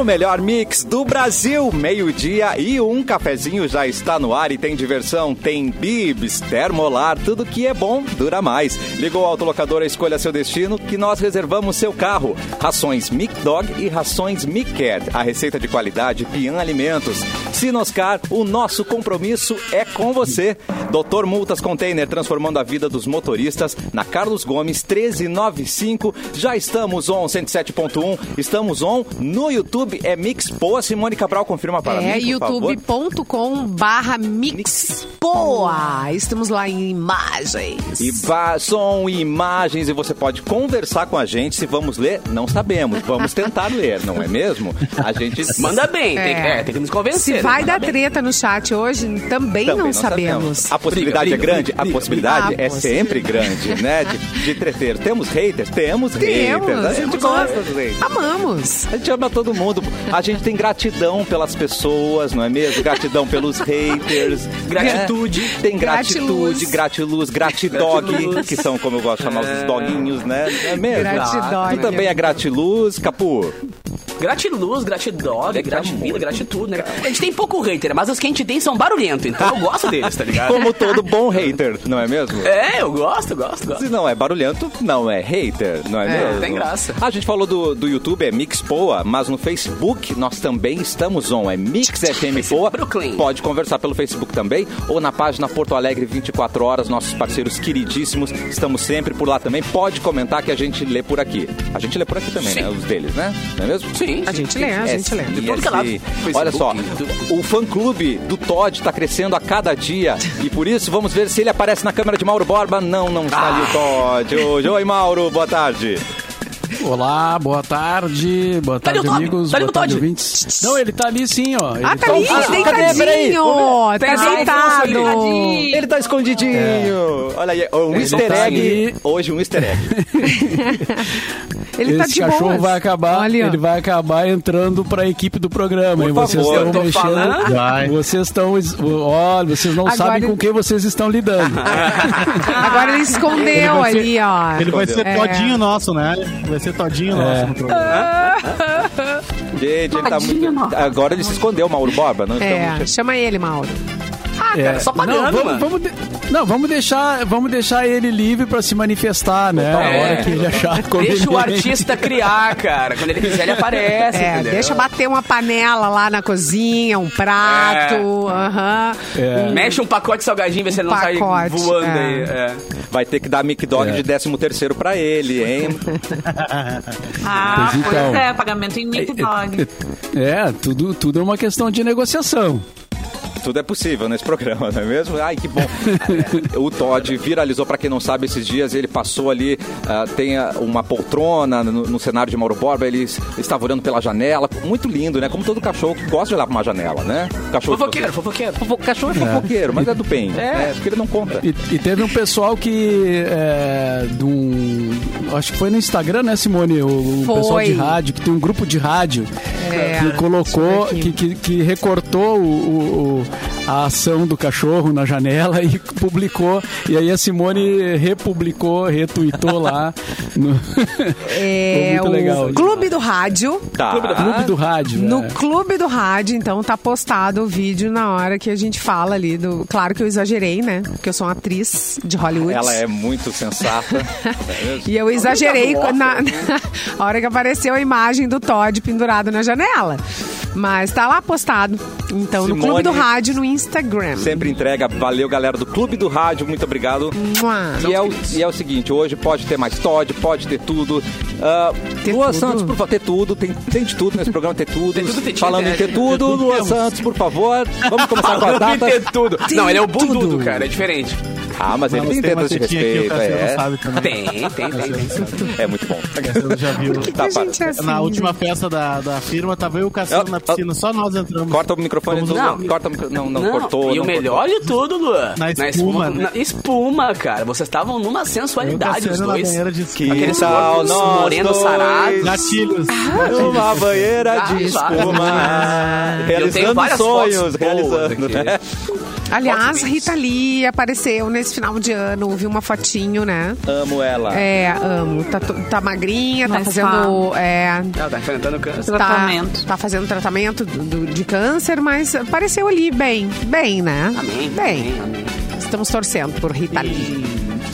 O melhor mix do Brasil, 12:00 e um cafezinho já está no ar e tem diversão, tem bibs, termolar, tudo que é bom dura mais. Ligou a autolocadora, escolha seu destino que nós reservamos seu carro. Rações Mic Dog e rações Mic Cat, a receita de qualidade Pian Alimentos. Sinoscar, o nosso compromisso é com você. Doutor Multas Container, transformando a vida dos motoristas, na Carlos Gomes 1395. Já estamos on 107.1, estamos on no YouTube, é Mixpoa. Simone Cabral, confirma para mim, por favor. youtube.com/Mixpoa. Estamos lá em imagens. E som e imagens, e você pode conversar com a gente. Se vamos ler, não sabemos. Vamos tentar ler, não é mesmo? A gente manda bem, tem que nos convencer. Se vai dar treta no chat hoje, também não sabemos. A possibilidade é grande? A possibilidade é sempre grande, né? De treter. Temos haters? Temos haters. A gente gosta dos haters. Amamos. A gente ama todo mundo. A gente tem gratidão pelas pessoas, não é mesmo? Gratidão pelos haters. Gratitude. Tem gratitude, gratiluz, gratidog, que são, como eu gosto de chamar, os doguinhos, né? É mesmo? Gratidog. Tu também é gratiluz, Capu? Gratiluz, gratidog, grativida, gratitude, né? A gente tem pouco hater, mas os que a gente tem são barulhentos, então eu gosto deles, tá ligado? Como todo bom hater, não é mesmo? É, eu gosto. Se não é barulhento, não é hater, não é mesmo? Tem graça. A gente falou do YouTube, é Mixpoa, mas no Facebook nós também estamos on, é Mix FM Poa. Pode conversar pelo Facebook também, ou na página Porto Alegre 24 horas, nossos parceiros queridíssimos, estamos sempre por lá também. Pode comentar que a gente lê por aqui. A gente lê por aqui também, né? Os deles, né? Não é mesmo? Sim. A gente lê. De todo lado. Olha só, o fã-clube do Todd está crescendo a cada dia e por isso vamos ver se ele aparece na câmera de Mauro Borba. Não está ali o Todd hoje. Oi, Mauro, boa tarde. Olá, boa tarde, amigos, boa tarde, ouvintes. Não, ele tá ali sim, ó. Ele tá ali, deitadinho, tá deitado. Ele tá escondidinho. Olha aí, um easter egg. Hoje um easter egg. Ele tá de boas. Esse cachorro vai acabar, ele vai acabar entrando pra equipe do programa. Por vocês favor, estão mexendo. Vocês estão, olha, vocês não sabem com quem vocês estão lidando. Agora ele escondeu ali, ó. Ele vai ser todinho nosso, né? Vai ser todinho nosso no programa. Gente, ele tá muito... Agora ele se escondeu, Mauro Borba. Não chama ele, Mauro. Cara, só pagando, vamos deixar ele livre pra se manifestar, né? A hora que ele achar conveniente. Deixa o artista criar, cara. Quando ele quiser, ele aparece, entendeu? Deixa bater uma panela lá na cozinha, um prato. Mexe um pacote de salgadinho, vê se ele não sai voando aí. Vai ter que dar Mic Dog de 13º pra ele, hein? Pois é, pagamento em Mic Dog. Tudo é uma questão de negociação. Tudo é possível nesse programa, não é mesmo? Ai, que bom. O Todd viralizou, pra quem não sabe, esses dias ele passou ali, tem uma poltrona no cenário de Mauro Borba, ele estava olhando pela janela, muito lindo, né? Como todo cachorro que gosta de olhar pra uma janela, né? Fofoqueiro. Cachorro é fofoqueiro, mas é do bem, porque ele não conta. E teve um pessoal que, acho que foi no Instagram, né, Simone? O pessoal de rádio, que tem um grupo de rádio, que colocou, que recortou a ação do cachorro na janela e publicou, e aí a Simone retweetou lá muito legal. Clube do Rádio. Clube do Rádio. No Clube do Rádio, então tá postado o vídeo na hora que a gente fala ali do... Claro que eu exagerei, né? Porque eu sou uma atriz de Hollywood. Ela é muito sensata. E eu exagerei na hora que apareceu a imagem do Todd pendurado na janela. Mas tá lá postado. Então, Simone, no Clube do Rádio, no Instagram. Sempre entrega. Valeu, galera do Clube do Rádio. Muito obrigado. E é o seguinte, hoje pode ter mais Todd, pode ter tudo. Lua Santos, por favor, ter tudo. Tem de tudo nesse programa, ter tudo. Falando em ter tudo, Lua Santos, por favor. Vamos começar com as datas. Ter tudo. Não, ele é o bundudo, cara. É diferente. Mas ele tem tetas de respeito. Tem. É muito bom. Você já viu. Na última festa da firma, tava eu e o Cassiano na piscina, só nós entramos. Corta o microfone. Não cortou. E o melhor de tudo, Luan. Na espuma. Na espuma, cara. Vocês estavam numa sensualidade, os dois. Que tal nós moreno sarado. Gatilhos. Uma banheira de espuma. Realizando sonhos. Aliás, Rita Lee apareceu nesse final de ano, vi uma fotinho, né? Amo ela. Amo. Tá magrinha, Mas tá fazendo... Ela tá enfrentando câncer. Tratamento. Tá fazendo tratamento de câncer, mas apareceu ali bem, né? Amém. Bem. Amém. Estamos torcendo por Rita Lee.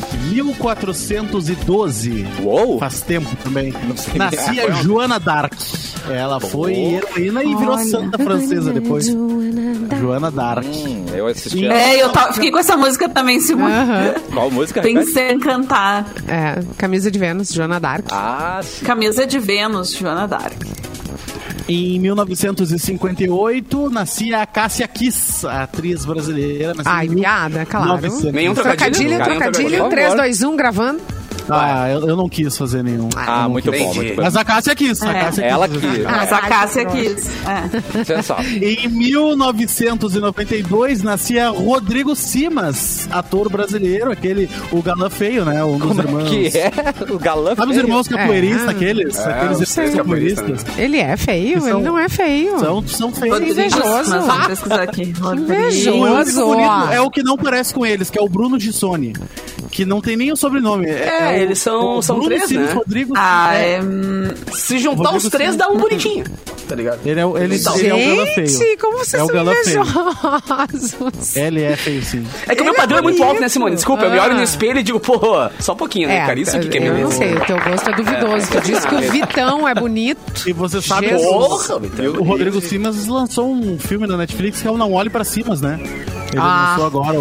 1412. Uou! Faz tempo também. sei. Nascia Joana d'Arc. Ela foi heroína e virou santa francesa depois. Joana d'Arc. Eu assisti Fiquei com essa música também, Simone. Qual música? Pensei em cantar. Camisa de Vênus, Joana d'Arc. Ah, sim. Camisa de Vênus, Joana d'Arc. Em 1958, nascia a Cássia Kiss, a atriz brasileira. Ai, piada, claro. Nenhum Trocadilho, 3, 2, 1, gravando. Eu não quis fazer nenhum. Muito bom, muito bom. Mas a Cássia quis. Ela quis. Mas a Cássia quis. Sensacional. Em 1992, nascia Rodrigo Simas, ator brasileiro, o galã feio, né? Um dos irmãos. Que é? O galã Sabe os irmãos capoeiristas, aqueles irmãos capoeiristas? Ele é feio? Ele não é feio. São feios. Invejoso. Mas vamos pesquisar aqui. Invejoso. É o que não parece com eles, que é o Bruno Gissoni. Que não tem nem o sobrenome. Eles são três, Simas, né? Rodrigo, Se juntar Rodrigo os três, dá um bonitinho. Tá ligado? Ele é o galã feio. Gente, como vocês são galã feio. invejosos. Ele é feio, sim. É que o meu padrão é muito alto, né, Simone? Desculpa, eu me olho no espelho e digo, só um pouquinho, né, cara? Isso aqui que é eu beleza. não sei, o teu gosto é duvidoso. Tu disse que o Vitão é bonito. E você sabe o Rodrigo Simas lançou um filme na Netflix que é o Não Olhe Pra Simas, né? Ele lançou agora.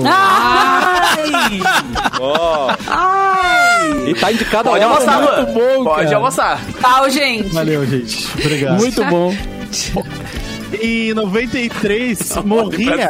E tá indicado Pode almoçar, Luan. Luan. Pode almoçar. Tchau, gente. Valeu, gente. Obrigado. Muito bom. Em 93 morria.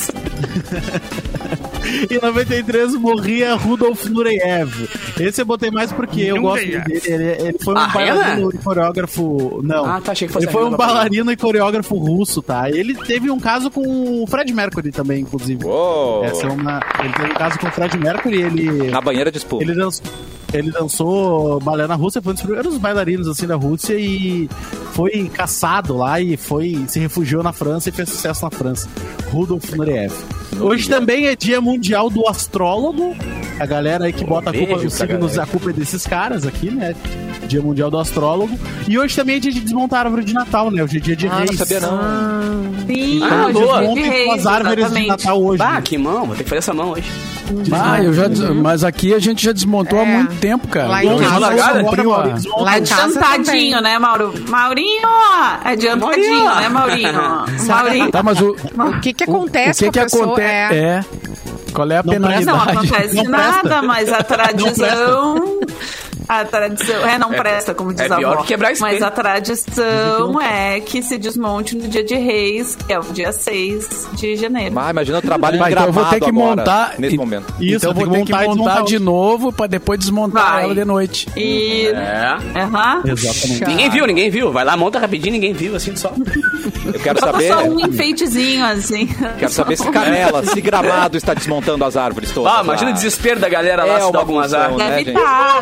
Em 93 morria Rudolf Nureyev. Esse eu botei mais porque eu gosto dele. Ele foi um bailarino e coreógrafo. Não. Achei que fosse ele foi um bailarino e coreógrafo russo, tá? Ele teve um caso com o Fred Mercury também, inclusive. Uou. Ele teve um caso com o Fred Mercury. Na banheira de espuma. Ele dançou balé na Rússia, foi um dos primeiros bailarinos assim da Rússia e foi caçado lá e se refugiou na França e fez sucesso na França. Rudolf Nureyev. Hoje também é Dia Mundial do Astrólogo. A galera aí que bota a culpa dos signos, a culpa é desses caras aqui, né? Dia Mundial do Astrólogo. E hoje também é dia de desmontar a árvore de Natal, né? Hoje é dia de Reis. Não sabia não. Sim, desmontem as árvores de Natal hoje. Que mão, vou ter que fazer essa mão hoje. Mas aqui a gente já desmontou há muito tempo, cara. Lá em casa, lá de adiantadinho, né, Mauro? Maurinho! É adiantadinho, né, Maurinho? Tá, mas o que acontece com a pessoa? Qual é a penalidade? Não acontece nada, mas a tradição... A tradição... não presta, como diz a avó. Pior que quebrar espelho. Mas a tradição é que se desmonte no dia de Reis, que é o dia 6 de janeiro. Imagina o trabalho de então gravado eu vou ter que agora, montar nesse momento. Isso, então eu vou ter que montar de novo pra depois desmontar ela de noite. Exatamente. Ninguém viu. Vai lá, monta rapidinho, ninguém viu, assim só. Eu quero saber... Só um enfeitezinho, assim. Quero saber se Canela, se Gramado está desmontando as árvores todas. Imagina o desespero da galera lá se dá algum azar. Deve estar,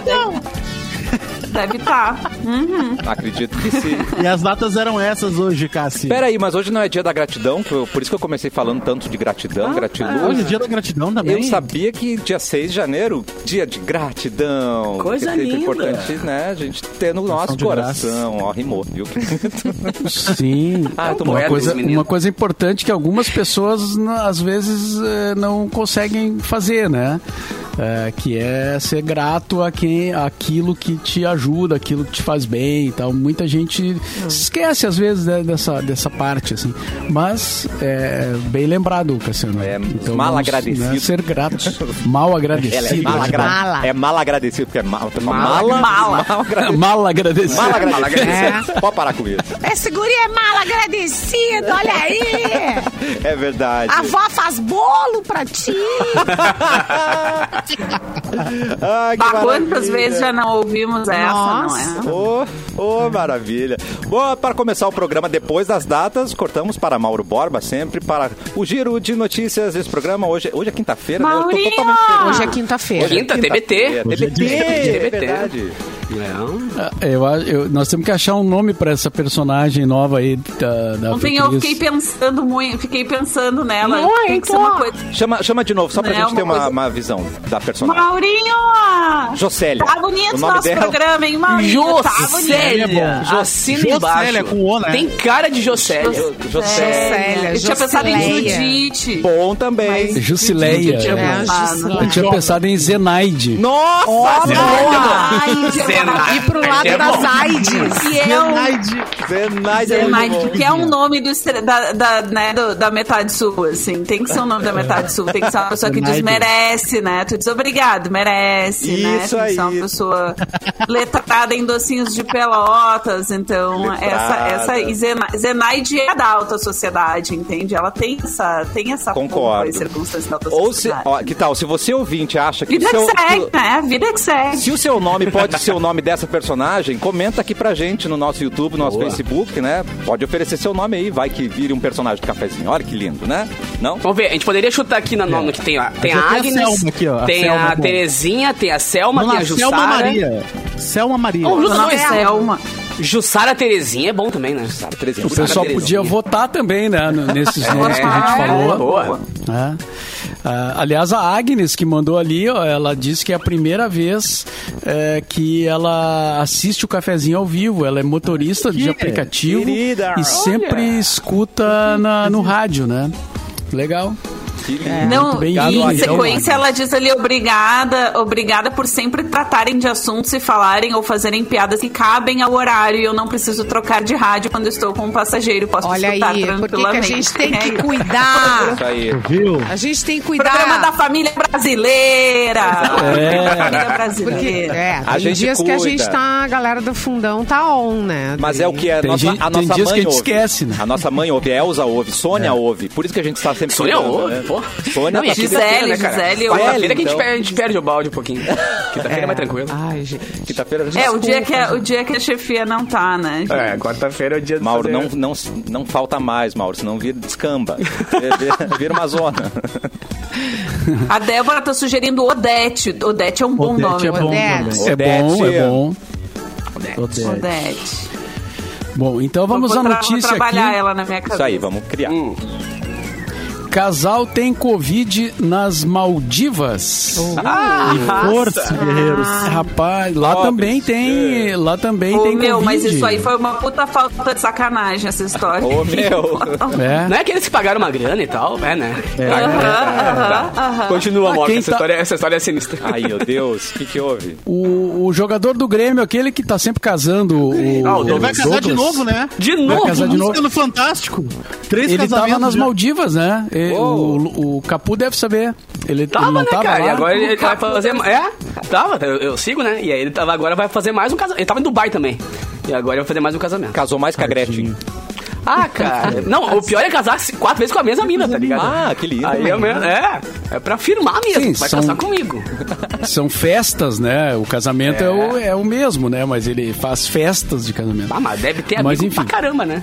Deve estar. Acredito que sim. E as datas eram essas hoje, Cassi. Peraí, mas hoje não é dia da gratidão? Por isso que eu comecei falando tanto de gratidão, gratiluz. Hoje é dia da gratidão também. Eu sabia que dia 6 de janeiro, dia de gratidão. Coisa linda. É importante, né, a gente ter no nosso coração. Ó, rimou, viu? Sim. Uma coisa importante que algumas pessoas, às vezes, não conseguem fazer, né? Que é ser grato aquilo que te ajuda, aquilo que te faz bem e tal. Muita gente se esquece às vezes dessa parte, assim. Mas é bem lembrado, Cassiano. Então, mal agradecido. Né, ser grato. Mal agradecido. É mal agradecido, porque é mal agradecido. Mal agradecido. Pode parar com isso. Esse guri é mal agradecido, olha aí. É verdade. A avó faz bolo pra ti. Quantas vezes já não ouvimos essa, Nossa. não é? Maravilha. Bom, para começar o programa depois das datas, cortamos para Mauro Borba, sempre para o giro de notícias desse programa. Hoje é quinta-feira, né? Eu tô totalmente Hoje é quinta-feira. TBT. TBT, é verdade. Nós temos que achar um nome pra essa personagem nova aí da Ontem eu fiquei pensando nela. Não, tem que ser uma coisa. Chama de novo, só pra gente ter uma visão da personagem. Maurinho! Jocélia. Tá bonito o nosso programa, hein, Maurinho? Jocélia. Assina embaixo. Com O, né? Tem cara de Jocélia. Jocélia. Eu tinha pensado em Judite. Bom também. Jusileia. Eu tinha pensado em Zenaide. Nossa! E pro lado das AIDS. Zenaide. Que é um nome da metade sul, assim. Tem que ser um nome da metade sul. Tem que ser uma pessoa que diz merece, né? Tu diz obrigado, merece, né? Isso tem que ser uma pessoa letrada em docinhos de Pelotas. Então, Zenaide é da alta sociedade, entende? Ela tem essa Concordo. circunstância da alta Ou sociedade. que tal, se você ouvinte acha que Vida que segue, né? Vida que segue. Se o seu nome pode ser o nome dessa personagem, comenta aqui pra gente no nosso YouTube, no nosso Facebook, né? Pode oferecer seu nome aí, vai que vire um personagem do cafezinho. Olha que lindo, né? Não? Vamos ver, a gente poderia chutar aqui no nome que tem a Agnes, Selma aqui, ó, tem a Terezinha, tem a Selma, tem a Jussara. Selma Maria. Selma. Jussara Terezinha é bom também, né? Jussara Terezinha. O pessoal podia votar também, né? Nesses nomes que a gente falou. Boa. Aliás, a Agnes que mandou ali, ó, ela disse que é a primeira vez que ela assiste o cafezinho ao vivo. Ela é motorista de aplicativo e sempre escuta no rádio, né? Legal. Não, e em sequência ela diz ali obrigada por sempre tratarem de assuntos e falarem ou fazerem piadas que cabem ao horário e eu não preciso trocar de rádio quando estou com um passageiro, posso escutar tranquilamente. Por que a gente tem que cuidar? Isso aí. Viu? A gente tem que cuidar. Programa da família brasileira. Família brasileira. Tem dias que a galera do fundão tá on, né? Mas é o que a nossa tem mãe dias que a gente ouve. esquece, né? A nossa mãe ouve, Elza ouve, Sônia ouve. Por isso que a gente está sempre Sônia cuidando, ouve, né? pô. Sônia Não, Gisele, quarta-feira que então. a gente perde o balde um pouquinho. Quinta-feira é mais tranquilo. Ai, gente. Quinta-feira a gente o dia que a chefia não tá, né? Gente? Quarta-feira é o dia do Mauro, não falta mais, Mauro, senão descamba. Vira uma zona. A Débora tá sugerindo Odete. Odete é um bom nome. É bom. É bom. Odete. Bom, então vamos à notícia aqui. Vou trabalhar ela na minha cabeça. Isso aí, vamos criar. Casal tem Covid nas Maldivas. Força, guerreiros. Rapaz, lá também tem Covid. Mas isso aí foi uma puta falta de sacanagem, essa história. Não é aqueles que pagaram uma grana e tal? É, né? Continua, Moca. Essa história é sinistra. Ai, meu Deus, o que houve? O jogador do Grêmio, aquele que tá sempre casando. Ele vai casar de novo, né? Vai casar de novo. No Fantástico. 3 Ele casamentos. tava nas já. Maldivas, né? O Capu deve saber. Ele Tava, não né, tava cara? lá. E agora ele vai fazer... Tava, eu sigo, né? E aí ele agora vai fazer mais um casamento. Ele tava em Dubai também. E agora ele vai fazer mais um casamento. Casou mais que a Gretchen. Ah, cara. Não, o pior é casar 4 vezes com a mesma mina, tá ligado? Ah, que lindo. Aí é pra firmar mesmo. Sim, vai casar comigo. São festas, né? O casamento é o mesmo, né? Mas ele faz festas de casamento. Ah, mas deve ter amigo pra caramba, né?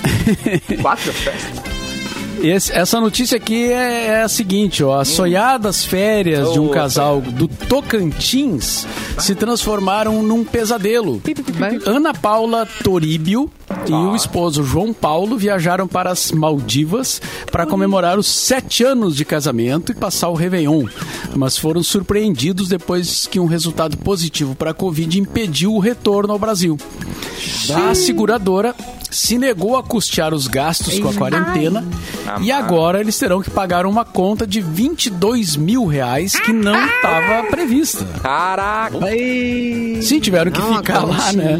4 festas. Essa notícia aqui é a seguinte, ó. As sonhadas férias de um casal do Tocantins se transformaram num pesadelo. Ana Paula Toribio e o esposo João Paulo viajaram para as Maldivas para comemorar os 7 anos de casamento e passar o Réveillon, mas foram surpreendidos depois que um resultado positivo para a Covid impediu o retorno ao Brasil. A seguradora se negou a custear os gastos com a quarentena e agora eles terão que pagar uma conta de R$22 mil que não estava prevista. Caraca! Sim, tiveram que ficar lá, né?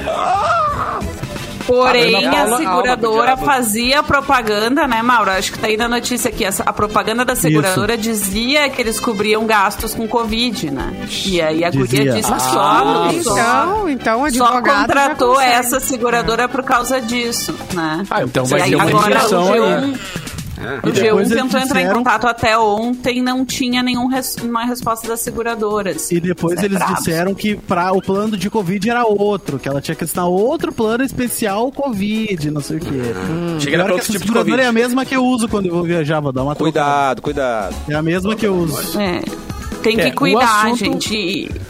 Porém, a seguradora fazia propaganda, né, Mauro? Acho que tá aí na notícia aqui. A propaganda da seguradora dizia que eles cobriam gastos com Covid, né? E aí a guria disse então a só contratou essa seguradora por causa disso, né? Então vai ter uma injeção aí. O G1 tentou entrar em contato até ontem, não tinha nenhuma resposta das seguradoras. E depois eles disseram que o plano de Covid era outro, que ela tinha que assinar outro plano especial Covid, não sei o quê. Chega pra outro tipo de Covid. É a mesma que eu uso quando eu vou viajar, vou dar uma Cuidado. É a mesma que eu uso. Tem que cuidar, gente.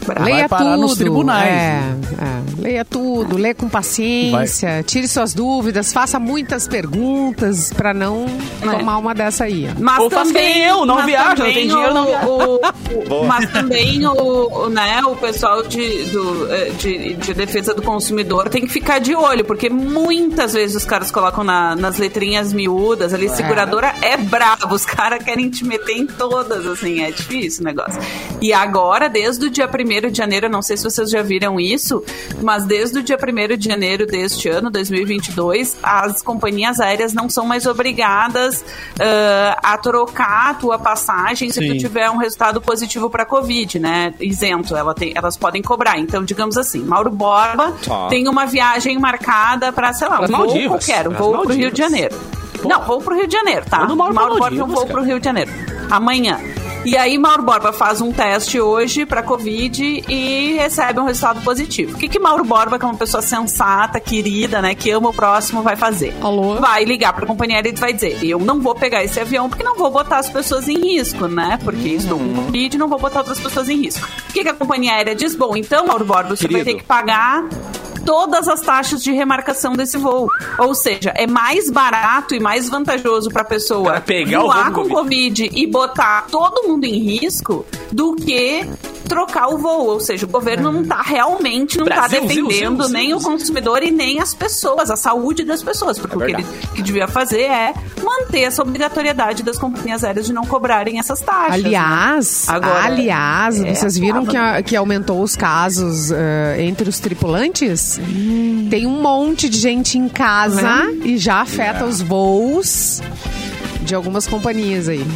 Leia parar tudo. nos tribunais. Leia tudo, lê com paciência, tire suas dúvidas, faça muitas perguntas pra não tomar uma dessa aí. Mas ou também eu, não viajo, não tem dinheiro, não viajo. Mas também o pessoal de defesa do consumidor tem que ficar de olho, porque muitas vezes os caras colocam nas letrinhas miúdas ali, seguradora é brabo, os caras querem te meter em todas, assim, é difícil o negócio. E agora, desde o dia 1º de janeiro, eu não sei se vocês já viram isso, mas desde o dia 1º de janeiro deste ano, 2022, as companhias aéreas não são mais obrigadas a trocar a tua passagem se tu tiver um resultado positivo para Covid, né? Isento, elas podem cobrar. Então, digamos assim, Mauro Borba tem uma viagem marcada para, sei lá, vou pro Rio de Janeiro. Não, vou pro Rio de Janeiro, tá? Mauro Borba, eu vou pro Rio de Janeiro. Amanhã. E aí, Mauro Borba faz um teste hoje pra Covid e recebe um resultado positivo. O que Mauro Borba, que é uma pessoa sensata, querida, né, que ama o próximo, vai fazer? Alô? Vai ligar pra companhia aérea e vai dizer, eu não vou pegar esse avião porque não vou botar as pessoas em risco, né? Porque estou com Covid e não vou botar outras pessoas em risco. O que a companhia aérea diz? Bom, então, Mauro Borba, você vai ter que pagar todas as taxas de remarcação desse voo. Ou seja, é mais barato e mais vantajoso para a pessoa voar com Covid e botar todo mundo em risco do que trocar o voo. Ou seja, o governo não está defendendo nem o consumidor e nem as pessoas, a saúde das pessoas. Porque o que ele devia fazer é manter essa obrigatoriedade das companhias aéreas de não cobrarem essas taxas. Aliás, vocês viram que aumentou os casos entre os tripulantes? Tem um monte de gente em casa e já afeta os voos de algumas companhias aí.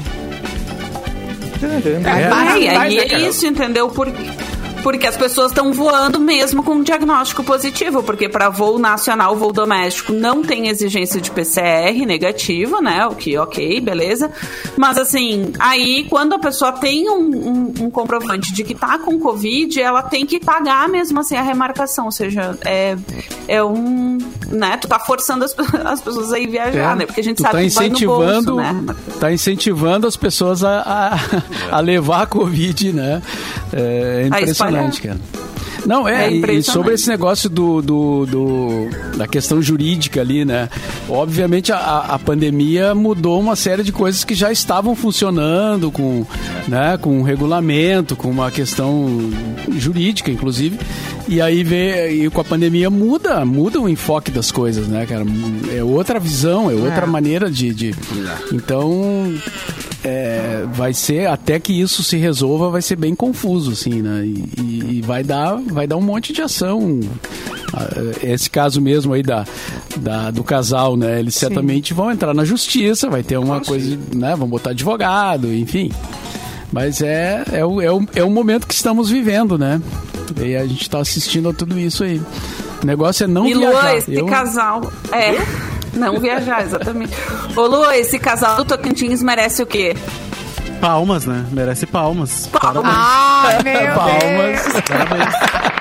É isso, entendeu? Porque as pessoas estão voando mesmo com um diagnóstico positivo, porque para voo nacional, voo doméstico, não tem exigência de PCR negativa, né? O que, ok, beleza. Mas assim, aí quando a pessoa tem um comprovante de que tá com Covid, ela tem que pagar mesmo assim a remarcação, ou seja, né? Tu tá forçando as pessoas a ir viajar, né? Porque a gente sabe que vai no bolso, né? Tá incentivando as pessoas a levar a Covid, né? É impressionante, cara. Não, e sobre esse negócio da questão jurídica ali, né? Obviamente a pandemia mudou uma série de coisas que já estavam funcionando com um regulamento, com uma questão jurídica, inclusive. E aí com a pandemia muda o enfoque das coisas, né, cara? É outra visão, é outra maneira de... Então... vai ser, até que isso se resolva, vai ser bem confuso, assim, né? E vai dar um monte de ação. Esse caso mesmo aí do casal, né? Eles certamente vão entrar na justiça, vai ter uma coisa, né? Vão botar advogado, enfim. Mas é o momento que estamos vivendo, né? E a gente tá assistindo a tudo isso aí. O negócio é não viajar. Esse casal... Não viajar, exatamente. Ô, Lu, esse casal do Tocantins merece o quê? Palmas, né? Merece palmas. Parabéns. Meu palmas. Deus. Parabéns.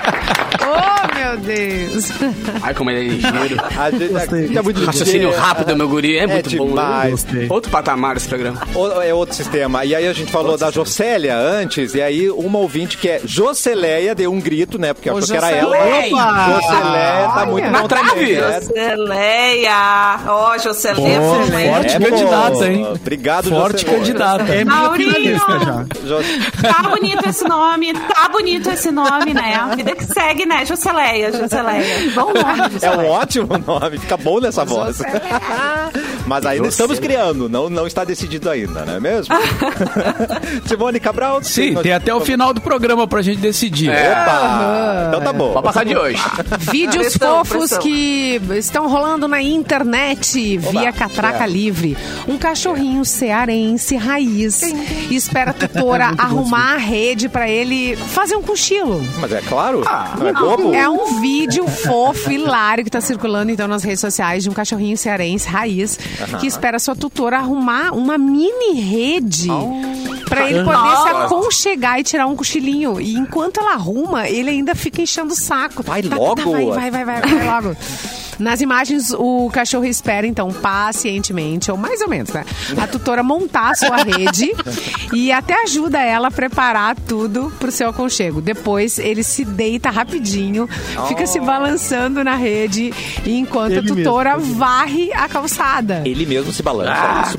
Oh, meu Deus. Ai, como ele é ligeiro. Gostei. É muito Raciocínio rápido, meu guri. É muito bom. Demais. Outro patamar esse programa. É outro sistema. E aí a gente falou da Jocélia antes, e aí uma ouvinte que é Joceleia deu um grito, né? Porque achou que era ela. Opa! Joceleia tá muito na bom trave. também, né? Joceleia. Ó, Joceleia. Forte candidata, hein? Obrigado, Forte Joceleia. candidata. É minha finalista já. Tá bonito esse nome, né? A vida que segue, né? Joceleia. Bom nome, Joceleia. É um ótimo nome, fica bom nessa voz. Mas ainda estamos criando, não está decidido ainda, não é mesmo? Simone Cabral? Sim, tem até o final do programa pra gente decidir. Opa! Então tá bom. Pode passar de hoje. Vídeos fofos que estão rolando na internet via Catraca Livre. Um cachorrinho cearense raiz espera a tutora arrumar a rede pra ele fazer um cochilo. Mas é claro, não é bobo? É um vídeo fofo, hilário, que tá circulando então nas redes sociais de um cachorrinho cearense raiz que espera a sua tutora arrumar uma mini rede pra ele poder se aconchegar e tirar um cochilinho. E enquanto ela arruma, ele ainda fica enchendo o saco. Vai logo. Vai logo. Nas imagens, o cachorro espera, então, pacientemente, ou mais ou menos, né? A tutora montar a sua rede e até ajuda ela a preparar tudo pro seu aconchego. Depois, ele se deita rapidinho, fica se balançando na rede, enquanto a tutora varre a calçada. Ele mesmo se balança.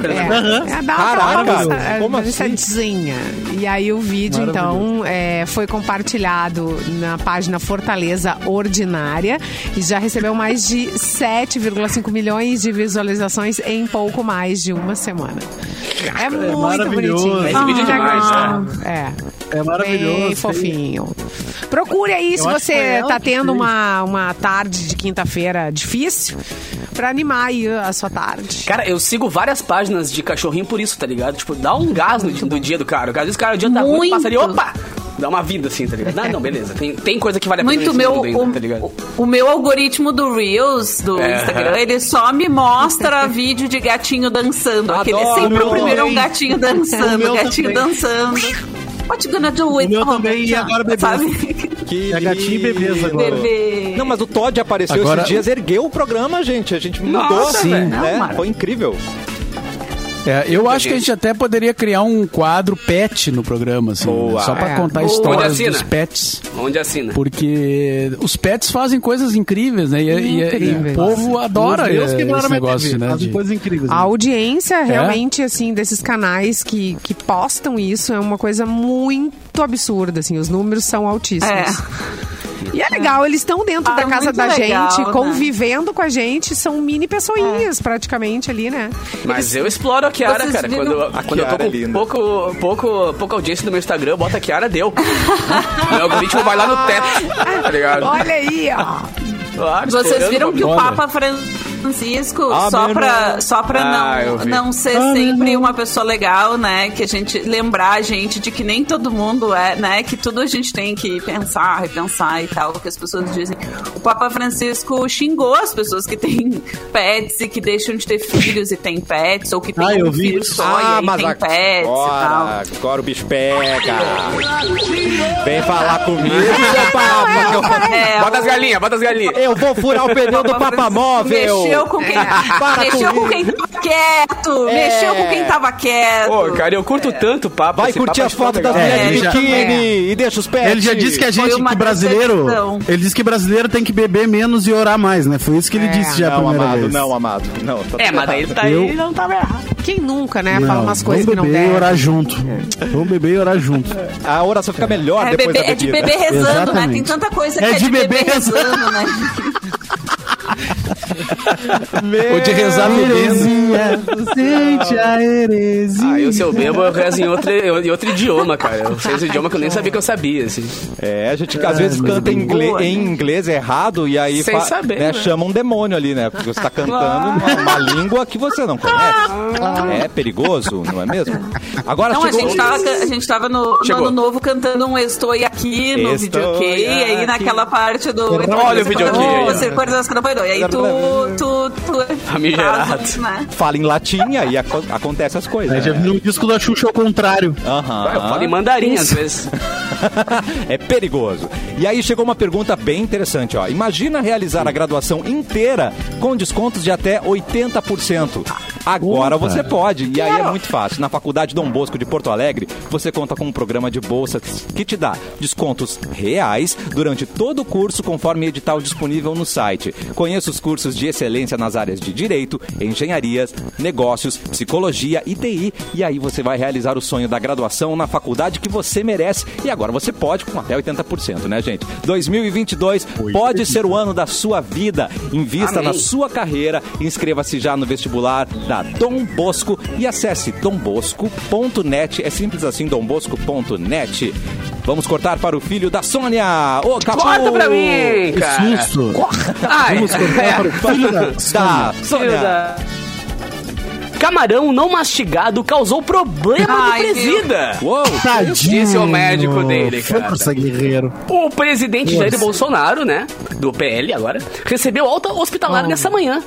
Como assim? E aí o vídeo, então, foi compartilhado na página Fortaleza Ordinária e já recebeu mais de 7,5 milhões de visualizações em pouco mais de uma semana. É muito bonitinho. Esse vídeo é demais, né? É maravilhoso. Bem fofinho. Procure aí se você tá tendo uma tarde de quinta-feira difícil, pra animar aí a sua tarde. Cara, eu sigo várias páginas de cachorrinho por isso, tá ligado? Tipo, dá um gás no dia do cara. Às vezes o cara, o dia tá ruim, passa ali, opa! Dá uma vida assim, tá ligado? Não, beleza. Tem coisa que vale a pena. Muito tá ligado? O meu algoritmo do Reels, do Instagram, ele só me mostra vídeo de gatinho dançando. Aquele sempre o primeiro é um gatinho dançando, gatinho dançando. What you gonna do with o meu também, e agora bebê. Que é gatinho e bebês agora. Bebê. Não, mas o Todd apareceu esses dias, ergueu o programa, gente. A gente mudou. Nossa, sim, né? Foi incrível. Eu acho que a gente até poderia criar um quadro pet no programa, assim, né? Só pra contar histórias dos pets. Onde assina? Porque os pets fazem coisas incríveis, né? E o povo adora esse negócio, né? Fazem coisas incríveis. A audiência, realmente, assim, desses canais que postam isso é uma coisa muito absurda, assim. Os números são altíssimos. E é legal, eles estão dentro da casa da gente, convivendo com a gente, são mini pessoinhas praticamente ali, né? Mas eu exploro a Kiara, cara. Quando eu tô com pouca audiência no meu Instagram, eu boto a Kiara, deu. Meu algoritmo vai lá no teto, tá ligado? Olha aí, ó. Claro, vocês viram que o Papa Francisco, só pra não ser sempre uma pessoa legal, né? Que a gente lembrar a gente de que nem todo mundo é, né? Que tudo a gente tem que pensar, repensar e tal, que as pessoas dizem. O Papa Francisco xingou as pessoas que têm pets e que deixam de ter filhos e têm pets, ou que têm um filho só e aí tem pets e tal. Agora o bicho pega. Vem falar comigo, Papa. Bota as galinhas. Eu vou furar o pneu do Papa Móvel. Mexeu com quem tava quieto. Mexeu com quem tava quieto. Pô, cara, eu curto tanto o Papa. Vai curtir as fotos das mulheres de biquíni e deixa os pets. Ele já disse que a gente, que brasileiro... Ele disse que brasileiro tem que beber menos e orar mais, né? Foi isso que ele disse já a primeira vez. Não, amado. Não, mas daí ele tá aí e não tava errado. Quem nunca, né? Fala umas coisas que não deve. Vamos beber e orar junto. Vamos beber e orar junto. A oração fica melhor depois da bebida. É de beber rezando, né? Tem tanta coisa que é de beber rezando, né? Ou de rezar heresia, sente a heresia. Eu, se eu bebo, eu rezo em outro idioma, cara. Eu sei esse idioma que eu nem sabia que eu sabia, assim. A gente às vezes canta em inglês errado e aí sem saber, né? chama um demônio ali, né? Porque você tá cantando uma língua que você não conhece. É perigoso, não é mesmo? Agora não, a gente tava no Ano Novo cantando um Estou Aqui no videokê, e aí naquela parte do... Olha o videokê. Você coisas que não foi doido. E aí tu famigerado. Né? Fala em latim e aí acontecem as coisas. Já vi um disco da Xuxa ao contrário. Eu falo em mandarim às vezes. É perigoso. E aí chegou uma pergunta bem interessante, ó. Imagina realizar a graduação inteira com descontos de até 80%. Agora você pode. E aí é muito fácil. Na Faculdade Dom Bosco de Porto Alegre, você conta com um programa de bolsas que te dá descontos reais durante todo o curso, conforme edital disponível no site. Conheça os cursos de excelência nas áreas de Direito, Engenharias, Negócios, Psicologia e TI. E aí você vai realizar o sonho da graduação na faculdade que você merece. E agora você pode com até 80%, né, gente? 2022 pode ser o ano da sua vida. Invista na sua carreira, inscreva-se já no vestibular da Dom Bosco e acesse dombosco.net. É simples assim, dombosco.net. Vamos cortar para o filho da Sônia. Ô, Capu! Corta pra mim, cara! Que susto! Vamos cortar para o filho da Sônia. Camarão não mastigado causou problema no presida. Uou, tadinho. Esse é o médico dele, cara. Força, guerreiro. O presidente Jair Bolsonaro, né, do PL agora, recebeu alta hospitalar nessa manhã.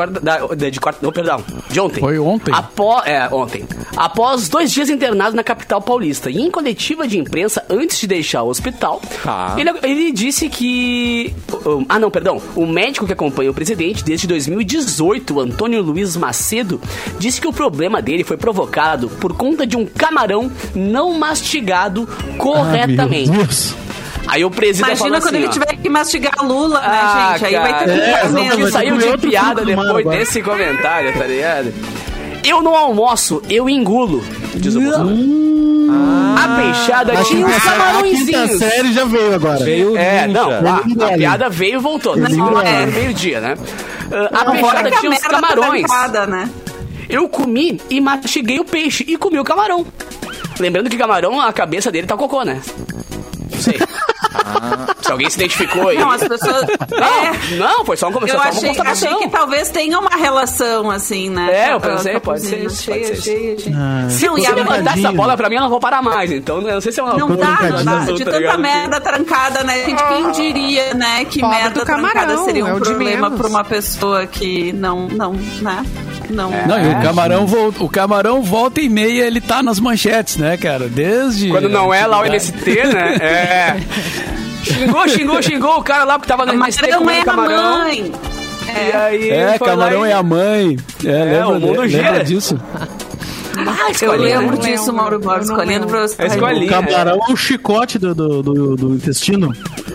De ontem. Foi ontem? Ontem. Após 2 dias internado na capital paulista. E em coletiva de imprensa, antes de deixar o hospital, ele disse que... O médico que acompanha o presidente desde 2018, Antônio Luiz Macedo, disse que o problema dele foi provocado por conta de um camarão não mastigado corretamente. Meu Deus. Aí o presidente Imagina quando ele tiver que mastigar Lula, né, gente? Aí cara, vai ter que saiu de piada depois desse comentário, tá ligado? Eu não almoço, eu engulo, diz o Bolsonaro. A peixada tinha uns camarõezinhos. A quinta série já veio agora. A piada veio e voltou. Meio-dia, né? A peixada tinha uns camarões. Né? Eu comi e mastiguei o peixe e comi o camarão. Lembrando que camarão, a cabeça dele tá cocô, né? Não sei. Se alguém se identificou aí. Não, as pessoas... Não, foi só uma conversação. Eu achei que talvez tenha uma relação, assim, né? Eu pensei, pode ser. Cheia. Se eu levantar essa bola pra mim, eu não vou parar mais. Então, eu não sei se é uma... Não dá. De tanta merda trancada, né? Gente, quem diria, né? Que merda trancada seria um problema pra uma pessoa que não, né? Não, e o camarão volta e meia, ele tá nas manchetes, né, cara? Desde... Quando não é lá o MST, né? Xingou o cara lá porque tava no MST comendo camarão. Mãe. E aí camarão é a mãe. Lembra disso? Eu lembro disso, Mauro Borges, escolhendo pra você. O camarão é o chicote do intestino.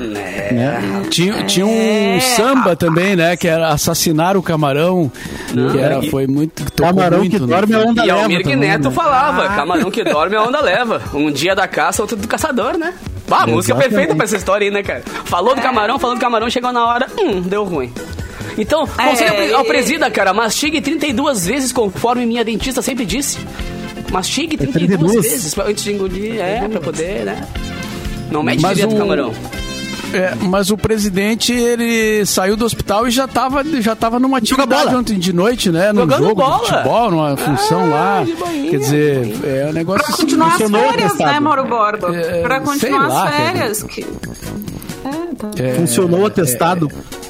Tinha um samba também, né? Que era assassinar o camarão. Foi muito... Camarão muito, que dorme a onda leva. E Almir Neto falava, camarão que dorme a onda leva. Um dia da caça, outro do caçador, né? A música perfeita pra essa história aí, né, cara? Falou do camarão, chegou na hora, deu ruim. Então, conselho ao presida, cara, mastigue 32 vezes conforme minha dentista sempre disse. Mastigue 32 vezes antes de engolir, pra poder, né? Não mete direto o camarão. Mas o presidente, ele saiu do hospital e já tava numa atividade ontem de noite, né? Num jogo de futebol, numa função lá. Quer dizer, é um negócio... Pra continuar as férias, né, Mauro Borba? Pra continuar as férias. Funcionou o atestado.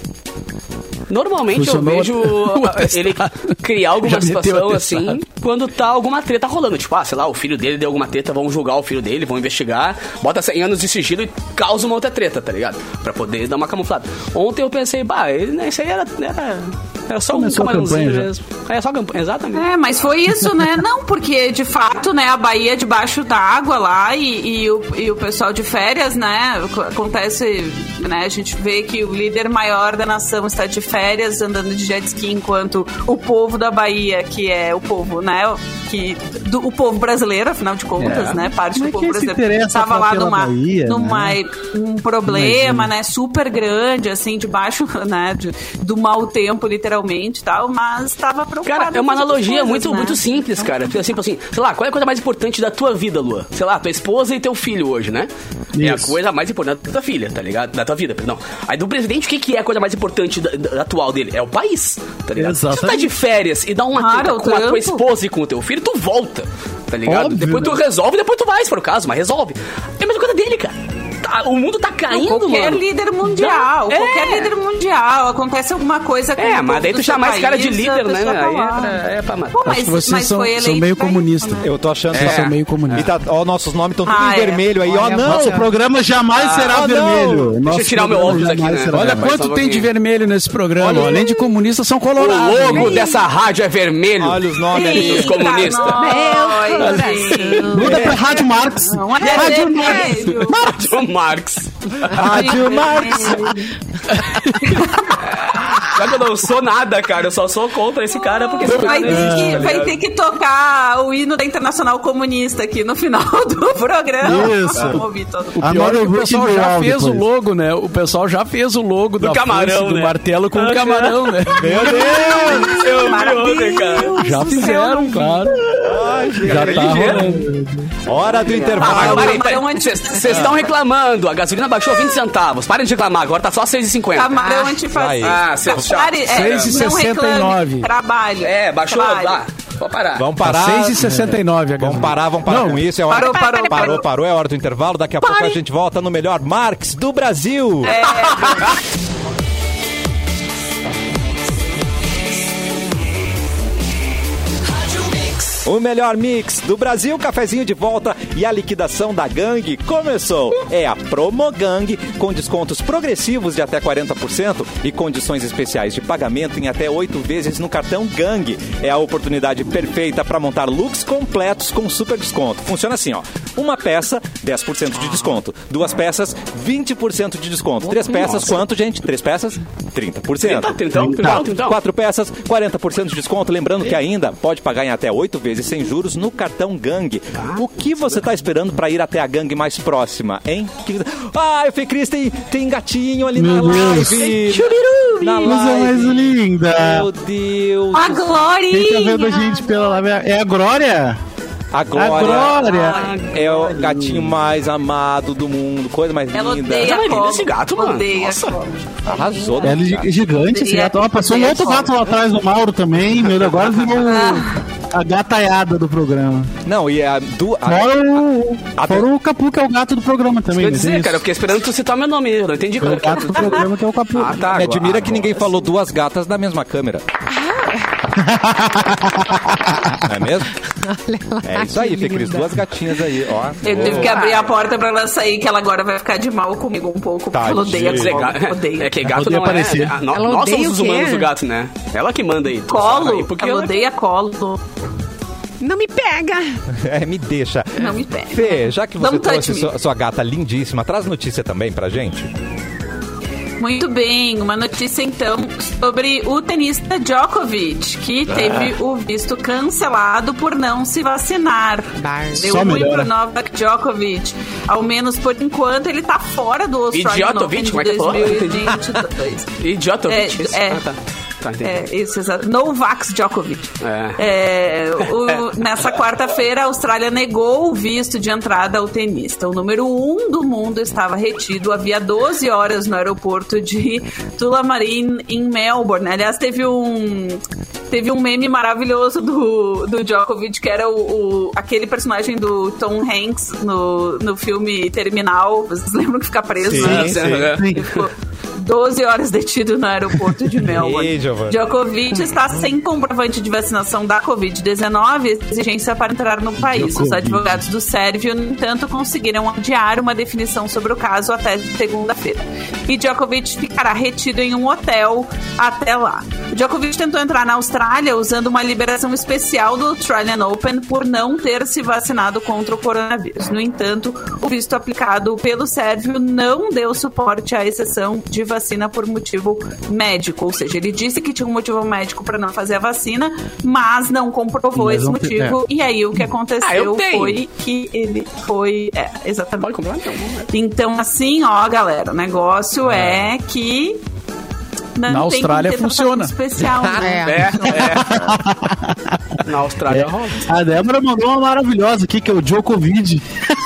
Normalmente eu vejo ele criar alguma situação assim quando tá alguma treta rolando. Tipo, sei lá, o filho dele deu alguma treta, vão julgar o filho dele, vão investigar, bota 100 anos de sigilo e causa uma outra treta, tá ligado? Pra poder dar uma camuflada. Ontem eu pensei, isso aí era só um camarãozinho mesmo. É só campanha, exatamente. Mas foi isso, né? Não, porque de fato, né, a Bahia é debaixo d'água lá e o pessoal de férias, né, acontece, né, a gente vê que o líder maior da nação está de férias andando de jet ski, enquanto o povo da Bahia, que é o povo, né, o povo brasileiro, afinal de contas, né, parte do povo brasileiro estava lá num problema, né, super grande, assim, debaixo, né, do mau tempo, literalmente, e tal, mas estava preocupado. Cara, é uma analogia muito simples, cara. Assim, sei lá, qual é a coisa mais importante da tua vida, Lua? Sei lá, tua esposa e teu filho hoje, né? Isso. É a coisa mais importante da tua filha, tá ligado? Da tua vida, perdão. Aí do presidente, o que é a coisa mais importante da atual dele? É o país, tá ligado? Exatamente. Se tu tá de férias e dá uma treta com a tua esposa e com o teu filho, tu volta, tá ligado? Óbvio, depois tu resolve, depois tu vai, se for o caso, mas resolve. É a mesma coisa dele, cara. O mundo tá caindo, qualquer líder mundial. Qualquer líder mundial. Acontece alguma coisa com o mas daí tu chamar esse cara de líder, né? Aí é pra matar. Acho que vocês são meio comunistas. Eu tô achando que são meio comunistas. Nossos nomes estão tudo em vermelho aí. Não, o programa jamais será vermelho. Deixa eu tirar o meu óculos aqui, né? Olha quanto tem de vermelho nesse programa. Além de comunistas, são colorados. O logo dessa rádio é vermelho. Olha os nomes ali dos comunistas. Muda pra Rádio Marx. Rádio Marx. Já que eu não sou nada, cara, eu só sou contra esse cara porque esse vai ter que tocar o hino da Internacional Comunista aqui no final do programa. Isso. O pior é que o pessoal já fez o logo, né? O pessoal já fez o logo do camarão, do martelo com o camarão, né? Meu Deus! Eu vi ontem, cara. Já fizeram, claro. Já tá rolando. Hora do intervalo. Vocês estão reclamando, a gasolina baixou 20 centavos. Parem de reclamar, agora tá só 6,50. Camarão antifascista. 6,69. Trabalho. Baixou. Vou parar. Vamos parar. 6h69 agora. Vamos parar com isso. É hora... Parou. É hora do intervalo. Daqui a pouco a gente volta no melhor Marques do Brasil. O melhor mix do Brasil, cafezinho de volta e a liquidação da gangue começou. É a Promo Gang, com descontos progressivos de até 40% e condições especiais de pagamento em até 8 vezes no cartão Gang. É a oportunidade perfeita para montar looks completos com super desconto. Funciona assim, ó. Uma peça, 10% de desconto. 2 peças, 20% de desconto. 3 peças, quanto, gente? 3 peças, 30%. 30. 4 peças, 40% de desconto. Lembrando que ainda pode pagar em até 8 vezes sem juros no cartão Gang. O que você está esperando para ir até a Gang mais próxima, hein? Eu Fê Cris, tem gatinho ali na live. Na live mais linda. Meu Deus. A Glória. Quem tá vendo a gente pela live é a Glória. A Glória é o gatinho mais amado do mundo, coisa mais ela linda. Odeia esse gato, mano. Nossa. Arrasou. Ela é gigante esse gato. Passou um outro gato lá atrás do Mauro também. Meu, agora virou a gataiada do programa. Não, e fora o Capu, que é o gato do programa também. Quer dizer, cara, eu fiquei esperando tu citar meu nome. Eu não entendi qual é o gato do programa, que é o Capu. Me admira que ninguém falou 2 gatas na mesma câmera. Não é mesmo? É isso aí, Fê Cris, 2 gatinhas aí, ó. Ele teve que abrir a porta pra ela sair, que ela agora vai ficar de mal comigo um pouco, porque ela odeia odeia. É que gato não aparecer. Nós somos os humanos do gato, né? Ela que manda aí. Colo, ela odeia colo. Não me pega. Me deixa. Não me pega. Fê, já que você trouxe sua gata lindíssima, traz notícia também pra gente. Muito bem, uma notícia então sobre o tenista Djokovic, que teve o visto cancelado por não se vacinar. Deu ruim pro Novak Djokovic. Ao menos por enquanto ele tá fora do Australian Open de 2022. Idiotovic? Isso, exato. Novak Djokovic. Nessa quarta-feira, a Austrália negou o visto de entrada ao tenista. O número 1 do mundo estava retido. Havia 12 horas no aeroporto de Tullamarine, em Melbourne. Aliás, teve um meme maravilhoso do Djokovic, que era aquele personagem do Tom Hanks no filme Terminal. Vocês lembram que fica preso? Sim. Ficou 12 horas detido no aeroporto de Melbourne. Djokovic está sem comprovante de vacinação da Covid-19, exigência para entrar no país. Os advogados do Sérvio, no entanto, conseguiram adiar uma definição sobre o caso até segunda-feira. E Djokovic ficará retido em um hotel até lá. O Djokovic tentou entrar na Austrália usando uma liberação especial do Australian Open por não ter se vacinado contra o coronavírus. No entanto, o visto aplicado pelo Sérvio não deu suporte à exceção de vacina por motivo médico, ou seja, ele disse que tinha um motivo médico para não fazer a vacina, mas não comprovou esse motivo, e aí o que aconteceu foi que ele foi... exatamente. Então, assim, ó, galera, o negócio é que não na Austrália funciona. Especial, né? Na Austrália rola. A Débora mandou uma maravilhosa aqui, que é o Djokovic.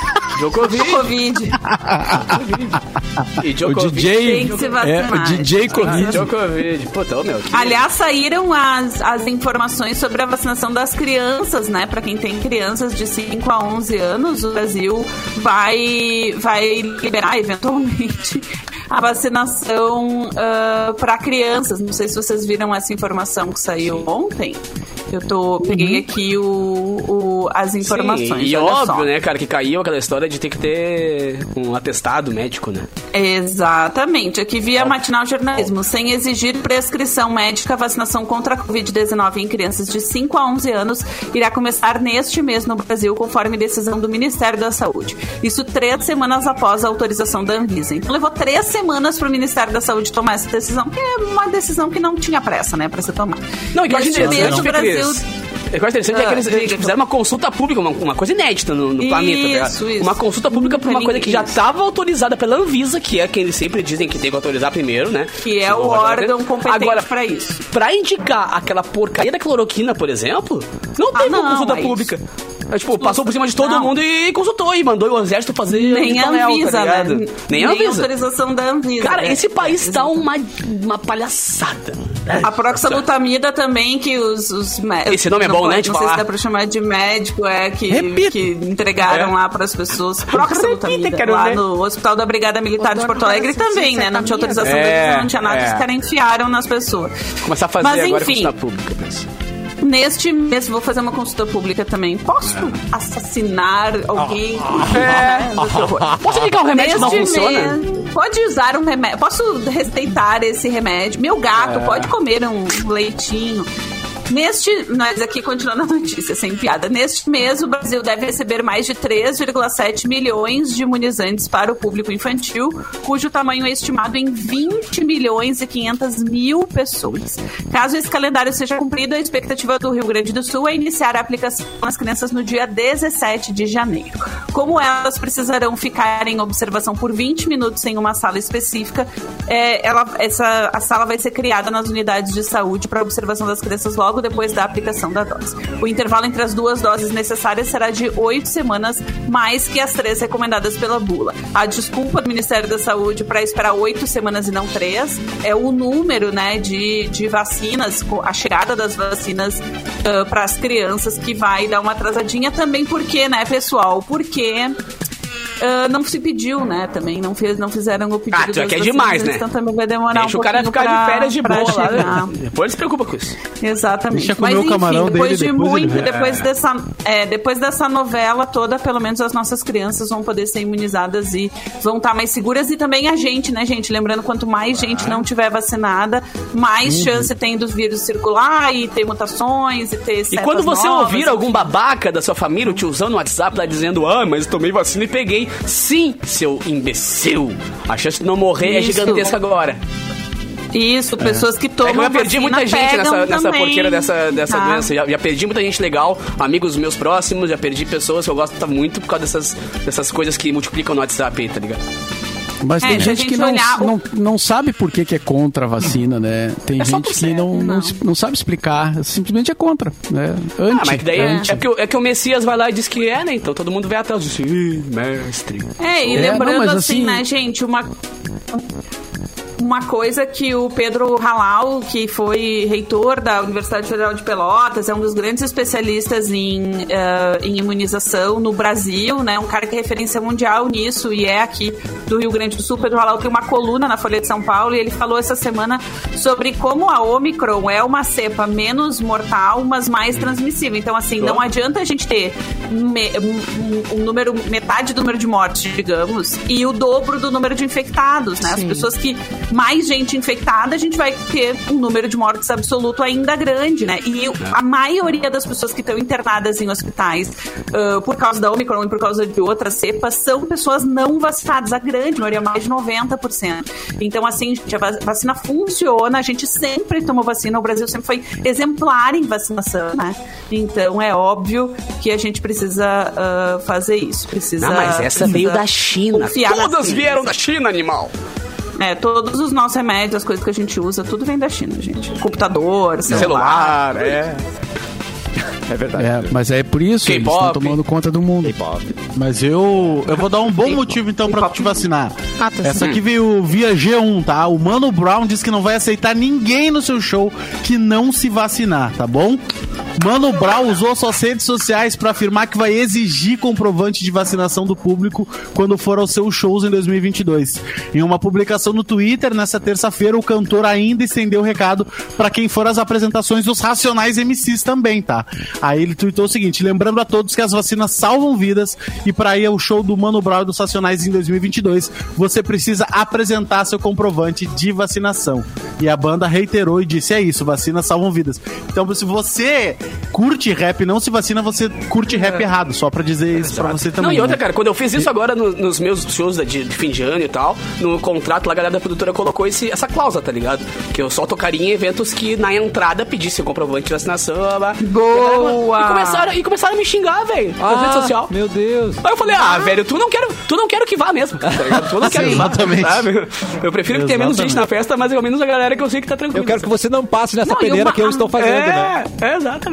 E Djokovic. O DJ. Tem que se vacinar. O DJ Covid. Djokovic. Puta, meu. Aliás, saíram as informações sobre a vacinação das crianças, né? Pra quem tem crianças de 5 a 11 anos, o Brasil vai liberar eventualmente a vacinação para crianças. Não sei se vocês viram essa informação que saiu ontem. Peguei aqui as informações. Sim, e óbvio, né, cara, que caiu aquela história de ter que ter um atestado médico, né? Exatamente. Aqui via Matinal Jornalismo. Sem exigir prescrição médica, a vacinação contra a Covid-19 em crianças de 5 a 11 anos irá começar neste mês no Brasil, conforme decisão do Ministério da Saúde. Isso 3 semanas após a autorização da Anvisa. Então levou 3 semanas para o Ministério da Saúde tomar essa decisão, que é uma decisão que não tinha pressa, né, para se tomar. Não, e que hoje mesmo o Brasil... O que é interessante é que eles fizeram uma consulta pública, uma coisa inédita no planeta. Isso. Uma consulta pública por uma coisa que já estava autorizada pela Anvisa, que é quem eles sempre dizem que tem que autorizar primeiro, né? Que é o órgão competente para isso. Pra indicar aquela porcaria da cloroquina, por exemplo, não teve uma consulta pública. Tipo, passou por cima de todo mundo e consultou e mandou o exército fazer. Nem a Anvisa, tá né? Nem a Anvisa. Autorização da Anvisa. Cara, esse país tá uma palhaçada. A proxalutamida também, que os esse nome é bom, né? Não sei se dá pra chamar de médico, que entregaram lá pras pessoas. Proxalutamida, lá no Hospital da Brigada Militar de Porto Alegre também, né? Não tinha autorização da Anvisa, não tinha nada, os caras enfiaram nas pessoas. Começar a fazer mas, agora enfim, consulta pública. Neste mês, vou fazer uma consulta pública também. Posso assassinar alguém? Posso ligar o remédio que não funciona? Pode usar um remédio. Posso receitar esse remédio? Meu gato pode comer um leitinho. Nós aqui continuando a notícia, sem piada. Neste mês, o Brasil deve receber mais de 3,7 milhões de imunizantes para o público infantil, cujo tamanho é estimado em 20 milhões e 500 mil pessoas. Caso esse calendário seja cumprido, a expectativa do Rio Grande do Sul é iniciar a aplicação às crianças no dia 17 de janeiro. Como elas precisarão ficar em observação por 20 minutos em uma sala específica, a sala vai ser criada nas unidades de saúde para observação das crianças logo depois da aplicação da dose. O intervalo entre as 2 doses necessárias será de 8 semanas, mais que as 3 recomendadas pela bula. A desculpa do Ministério da Saúde para esperar 8 semanas e não 3 é o número, né, de vacinas, a chegada das vacinas para as crianças, que vai dar uma atrasadinha também. Por quê, né, pessoal? Porque não se pediu, né? Também não fizeram o pedido. Tu é que é demais, né? Então também vai demorar Deixa o cara ficar de férias de boa lá. Depois se preocupa com isso. Exatamente. Deixa comer o camarão depois dele, de muito, depois dessa novela toda, pelo menos as nossas crianças vão poder ser imunizadas e vão estar mais seguras. E também a gente, né, gente? Lembrando, quanto mais gente não tiver vacinada, mais chance tem do vírus circular e ter mutações e ter E quando você ouvir algum babaca da sua família, o tiozão no WhatsApp lá dizendo: mas tomei vacina e peguei. Sim, seu imbecil. A chance de não morrer é gigantesca agora. Isso, pessoas que tomam vacina. Eu perdi muita gente nessa porqueira dessa doença. Já perdi muita gente legal, amigos meus próximos, já perdi pessoas que eu gosto muito por causa dessas coisas que multiplicam no WhatsApp aí, tá ligado? Mas tem gente que não sabe por que é contra a vacina, né? Tem gente que não sabe explicar, simplesmente é contra, né? Mas daí é que o Messias vai lá e diz que né? Então todo mundo vai atrás disso. Mestre. Lembrando assim, né, gente, uma coisa que o Pedro Halal, que foi reitor da Universidade Federal de Pelotas, é um dos grandes especialistas em imunização no Brasil, né? Um cara que é referência mundial nisso e é aqui do Rio Grande do Sul. Pedro Halal tem uma coluna na Folha de São Paulo e ele falou essa semana sobre como a Omicron é uma cepa menos mortal, mas mais transmissível. Então, assim, não adianta a gente ter metade do número de mortes, digamos, e o dobro do número de infectados, né? As pessoas que mais gente infectada, a gente vai ter um número de mortes absoluto ainda grande, né? E a maioria das pessoas que estão internadas em hospitais por causa da Omicron e por causa de outras cepas são pessoas não vacinadas, a grande maioria, mais de 90%. Então, assim, gente, a vacina funciona, a gente sempre tomou vacina, o Brasil sempre foi exemplar em vacinação, né? Então, é óbvio que a gente precisa fazer isso. Mas essa veio da China. Todas vieram da China, animal. Todos os nossos remédios, as coisas que a gente usa, tudo vem da China, gente. Computador, celular. É verdade. Mas é por isso que eles estão tomando conta do mundo. Mas eu vou dar um bom motivo, então, pra te vacinar. Essa aqui veio via G1, tá? O Mano Brown diz que não vai aceitar ninguém no seu show que não se vacinar, tá bom? Mano Brown usou suas redes sociais pra afirmar que vai exigir comprovante de vacinação do público quando for aos seus shows em 2022. Em uma publicação no Twitter, nessa terça-feira, o cantor ainda estendeu o recado pra quem for às apresentações dos Racionais MCs também, tá? Aí ele tweetou o seguinte: lembrando a todos que as vacinas salvam vidas e pra ir ao show do Mano Brown e dos Racionais em 2022, você precisa apresentar seu comprovante de vacinação. E a banda reiterou e disse: é isso, vacinas salvam vidas. Então, se você curte rap e não se vacina, você curte rap errado, só pra dizer isso pra você também. Não, e outra, cara, quando eu fiz isso agora nos meus shows de fim de ano e tal, no contrato lá, a galera da produtora colocou essa cláusula, tá ligado? Que eu só tocaria em eventos que na entrada pedisse o comprovante de vacinação. Boa! E começaram a me xingar, velho, na rede social. Meu Deus. Aí eu falei: velho, tu não quero que vá mesmo. Tá ligado? Tu não quero que vá. Sabe? Eu prefiro que tenha menos gente na festa, mas ao menos a galera que eu sei que tá tranquila. Eu quero que você não passe nessa peneira que eu estou fazendo, né? Exatamente.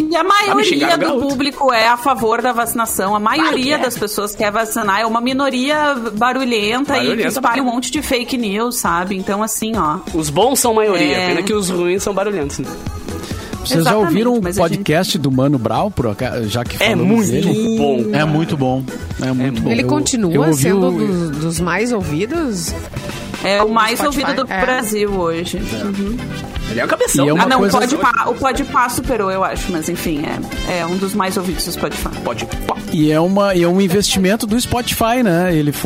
E a maioria do público é a favor da vacinação. A maioria das pessoas quer vacinar. É uma minoria barulhenta e que espalha um monte de fake news, sabe? Então, assim, ó... Os bons são maioria, pena que os ruins são barulhentos, né? Vocês já ouviram o podcast do Mano Brown, já que falamos dele? Bom. É muito bom. É muito bom. Ele continua sendo dos mais ouvidos? É o mais ouvido do Brasil hoje. Uhum. Ele é o cabeção. O Podpah superou, eu acho. Mas, enfim, é um dos mais ouvidos do Spotify. E é um investimento do Spotify, né? Ele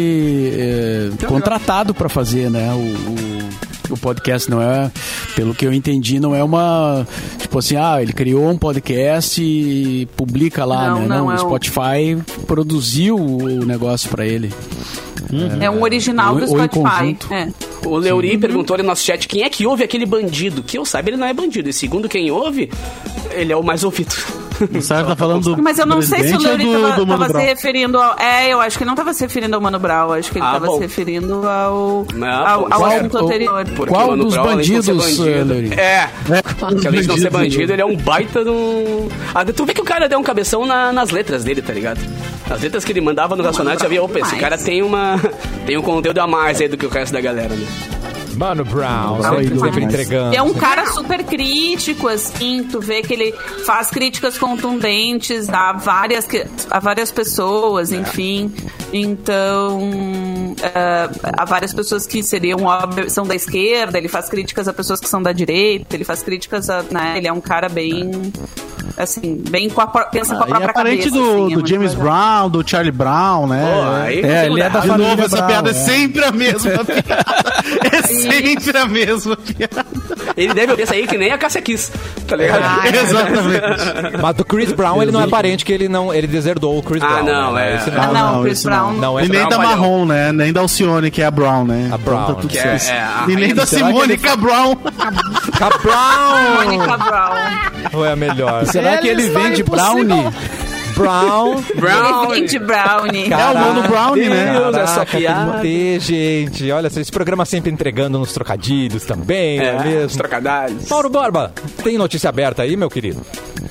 foi contratado para fazer, né? O podcast não é, pelo que eu entendi, não é uma... Tipo assim, ele criou um podcast e publica lá, né? Não, o Spotify produziu o negócio para ele. É um original do Spotify. O Leuri perguntou ali no nosso chat quem é que ouve aquele bandido. Que eu saiba, ele não é bandido. E segundo quem ouve, ele é o mais ouvido. O Sérgio tá falando do... Mas eu não sei se o Leuri tava se referindo ao... eu acho que ele não tava se referindo ao Mano Brown. Acho que ele tava se referindo ao assunto anterior. Qual dos bandidos, Leuri? Porque além de não ser bandido, ele é um baita de um... Tu vê que o cara deu um cabeção nas letras dele, tá ligado? As letras que ele mandava no Racionais, já via, esse cara tem um conteúdo a mais aí do que o resto da galera, né? Mano Brown, sempre entregando. É um cara super crítico, assim, tu vê que ele faz críticas contundentes a várias pessoas, enfim. Então, há várias pessoas que são da esquerda, ele faz críticas a pessoas que são da direita, ele faz críticas ele é um cara bem... assim, bem pensa com a própria cabeça. Do James Brown, do Charlie Brown, né? Ele é da família Brown. Essa piada é sempre a mesma piada. Sempre a mesma piada. Ele deve ouvir isso aí que nem a Cássia Kiss, tá ligado? Exatamente. Mas do Chris Brown, ele não é parente, que ele deserdou o Chris Brown. Não, Chris Brown. Não, e nem da Marrom, né? Nem da Alcione, que é a Brown, né? A Brown. Então, e nem da Simônica Brown. Simônica Brown. Ou é a melhor? Será que ele vende brownie? Brown. Ele vende brownie. É o Mano Brownie, né? Essa piada. Gente, olha, esse programa sempre entregando nos trocadilhos também, não é mesmo? Os trocadilhos. Mauro Borba, tem notícia aberta aí, meu querido?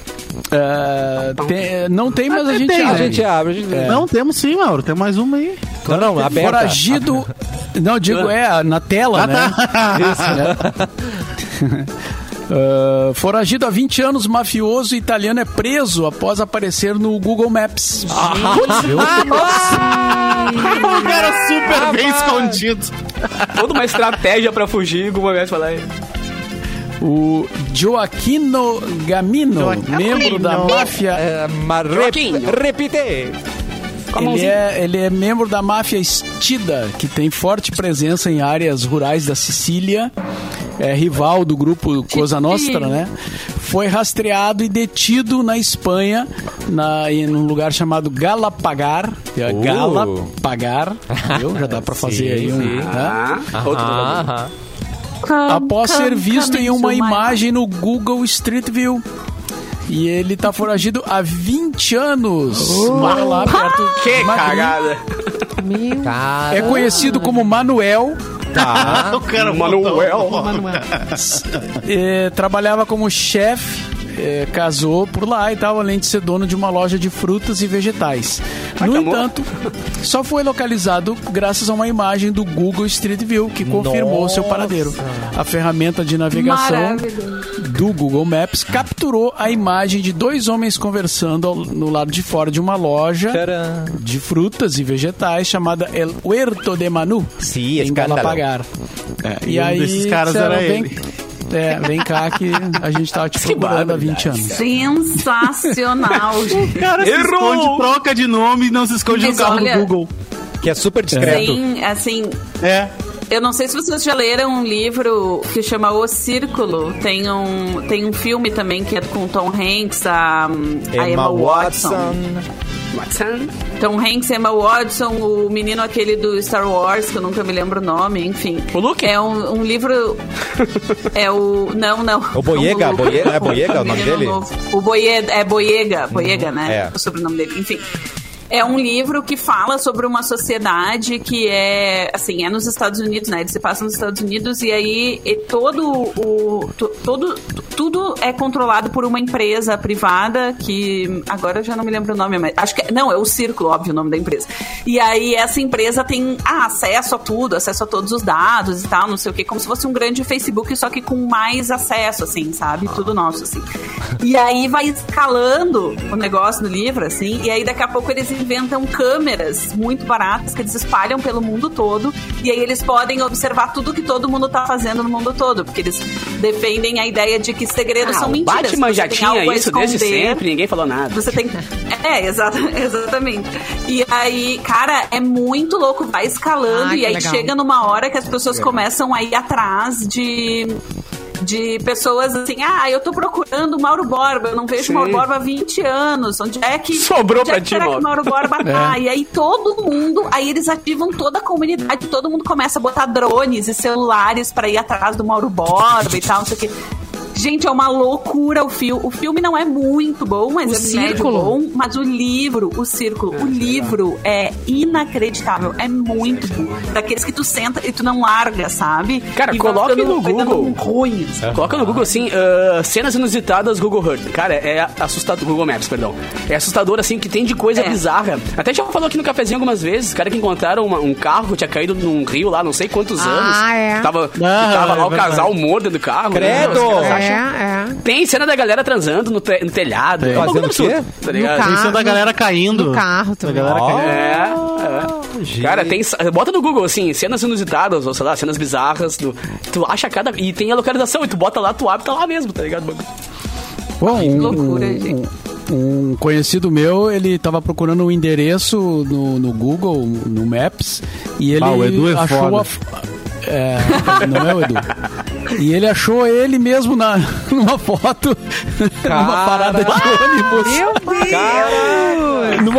Não tem, mas a gente abre. Não, temos sim, Mauro. Tem mais uma aí. Não, aberta. Foragido... Não, digo, na tela, né? Isso, né? Foragido há 20 anos, mafioso italiano é preso após aparecer no Google Maps. O cara super bem escondido. Toda uma estratégia pra fugir, Google Maps falar aí. O Gioacchino Gamino, membro da máfia... Repite! Ele é membro da máfia Stida, que tem forte presença em áreas rurais da Sicília. É rival do grupo Cosa Nostra, né? Foi rastreado e detido na Espanha, num lugar chamado Galapagar. Galapagar. Já dá pra fazer aí após ser visto em uma imagem no Google Street View. E ele tá foragido há 20 anos. Mora lá perto. Que cagada! É conhecido como Manuel. O cara Manuel. Trabalhava como chefe. Casou por lá e tal, além de ser dono de uma loja de frutas e vegetais. No entanto, só foi localizado graças a uma imagem do Google Street View, que confirmou seu paradeiro. A ferramenta de navegação do Google Maps capturou a imagem de 2 homens conversando no lado de fora de uma loja de frutas e vegetais chamada El Huerto de Manu, em Galapagar. E aí, desses caras era ele. Vem cá que a gente tava te procurando há 20 anos. Sensacional, gente. O cara se esconde, troca de nome e não se esconde no carro do Google. Que é super discreto. Sim, assim... Eu não sei se vocês já leram um livro que chama O Círculo. Tem um filme também que é com Tom Hanks, a Emma Watson. Tom Hanks, Emma Watson, o menino aquele do Star Wars, que eu nunca me lembro o nome, enfim. O Luke? É um livro... Não. O Boyega? É Boyega o nome dele? Novo. O Boyega, né? O sobrenome dele, enfim. É um livro que fala sobre uma sociedade que é, assim, é nos Estados Unidos, né? Ele se passa nos Estados Unidos e aí tudo é controlado por uma empresa privada que, agora eu já não me lembro o nome, mas acho que, não, é o Círculo, óbvio, o nome da empresa. E aí essa empresa tem acesso a tudo, acesso a todos os dados e tal, não sei o que, como se fosse um grande Facebook, só que com mais acesso, assim, sabe? Tudo nosso, assim. E aí vai escalando o negócio do livro, assim, e aí daqui a pouco eles inventam câmeras muito baratas que eles espalham pelo mundo todo, e aí eles podem observar tudo que todo mundo tá fazendo no mundo todo, porque eles defendem a ideia de que segredos são mentiras. Batman já tinha isso desde sempre, ninguém falou nada. Você tem... exatamente. E aí, cara, é muito louco, vai escalando, e aí legal. Chega numa hora que as pessoas começam a ir atrás de pessoas assim, eu tô procurando o Mauro Borba, eu não vejo o Mauro Borba há 20 anos, onde é que sobrou pra ti, será que o Mauro Borba tá? E aí todo mundo, aí eles ativam toda a comunidade, todo mundo começa a botar drones e celulares pra ir atrás do Mauro Borba e tal, não sei o que. Gente, é uma loucura o filme. O filme não é muito bom, mas é médio bom. Mas o livro, o Círculo, o livro é inacreditável. É muito bom. Daqueles que tu senta e tu não larga, sabe? Cara, coloca no Google. Coloca no Google, assim, cenas inusitadas Google Earth. Cara, é assustador. Google Maps, perdão. É assustador, assim, que tem de coisa bizarra. Até já falou aqui no cafezinho algumas vezes. Cara, que encontraram um carro que tinha caído num rio lá, não sei quantos anos. Tava lá o casal morto dentro do carro. Credo! Tem cena da galera transando no telhado. Fazendo o quê? Tá ligado? Tem cena da galera caindo. No carro também. Cara, tem... Bota no Google, assim, cenas inusitadas, ou sei lá, cenas bizarras. Tu acha cada... E tem a localização, e tu bota lá, tu abre, tá lá mesmo, tá ligado? Bom, que loucura, gente. Um conhecido meu, ele tava procurando um endereço no Google, no Maps, e ele o Edu achou não é o Edu. E ele achou ele mesmo numa foto, numa parada de ônibus. Meu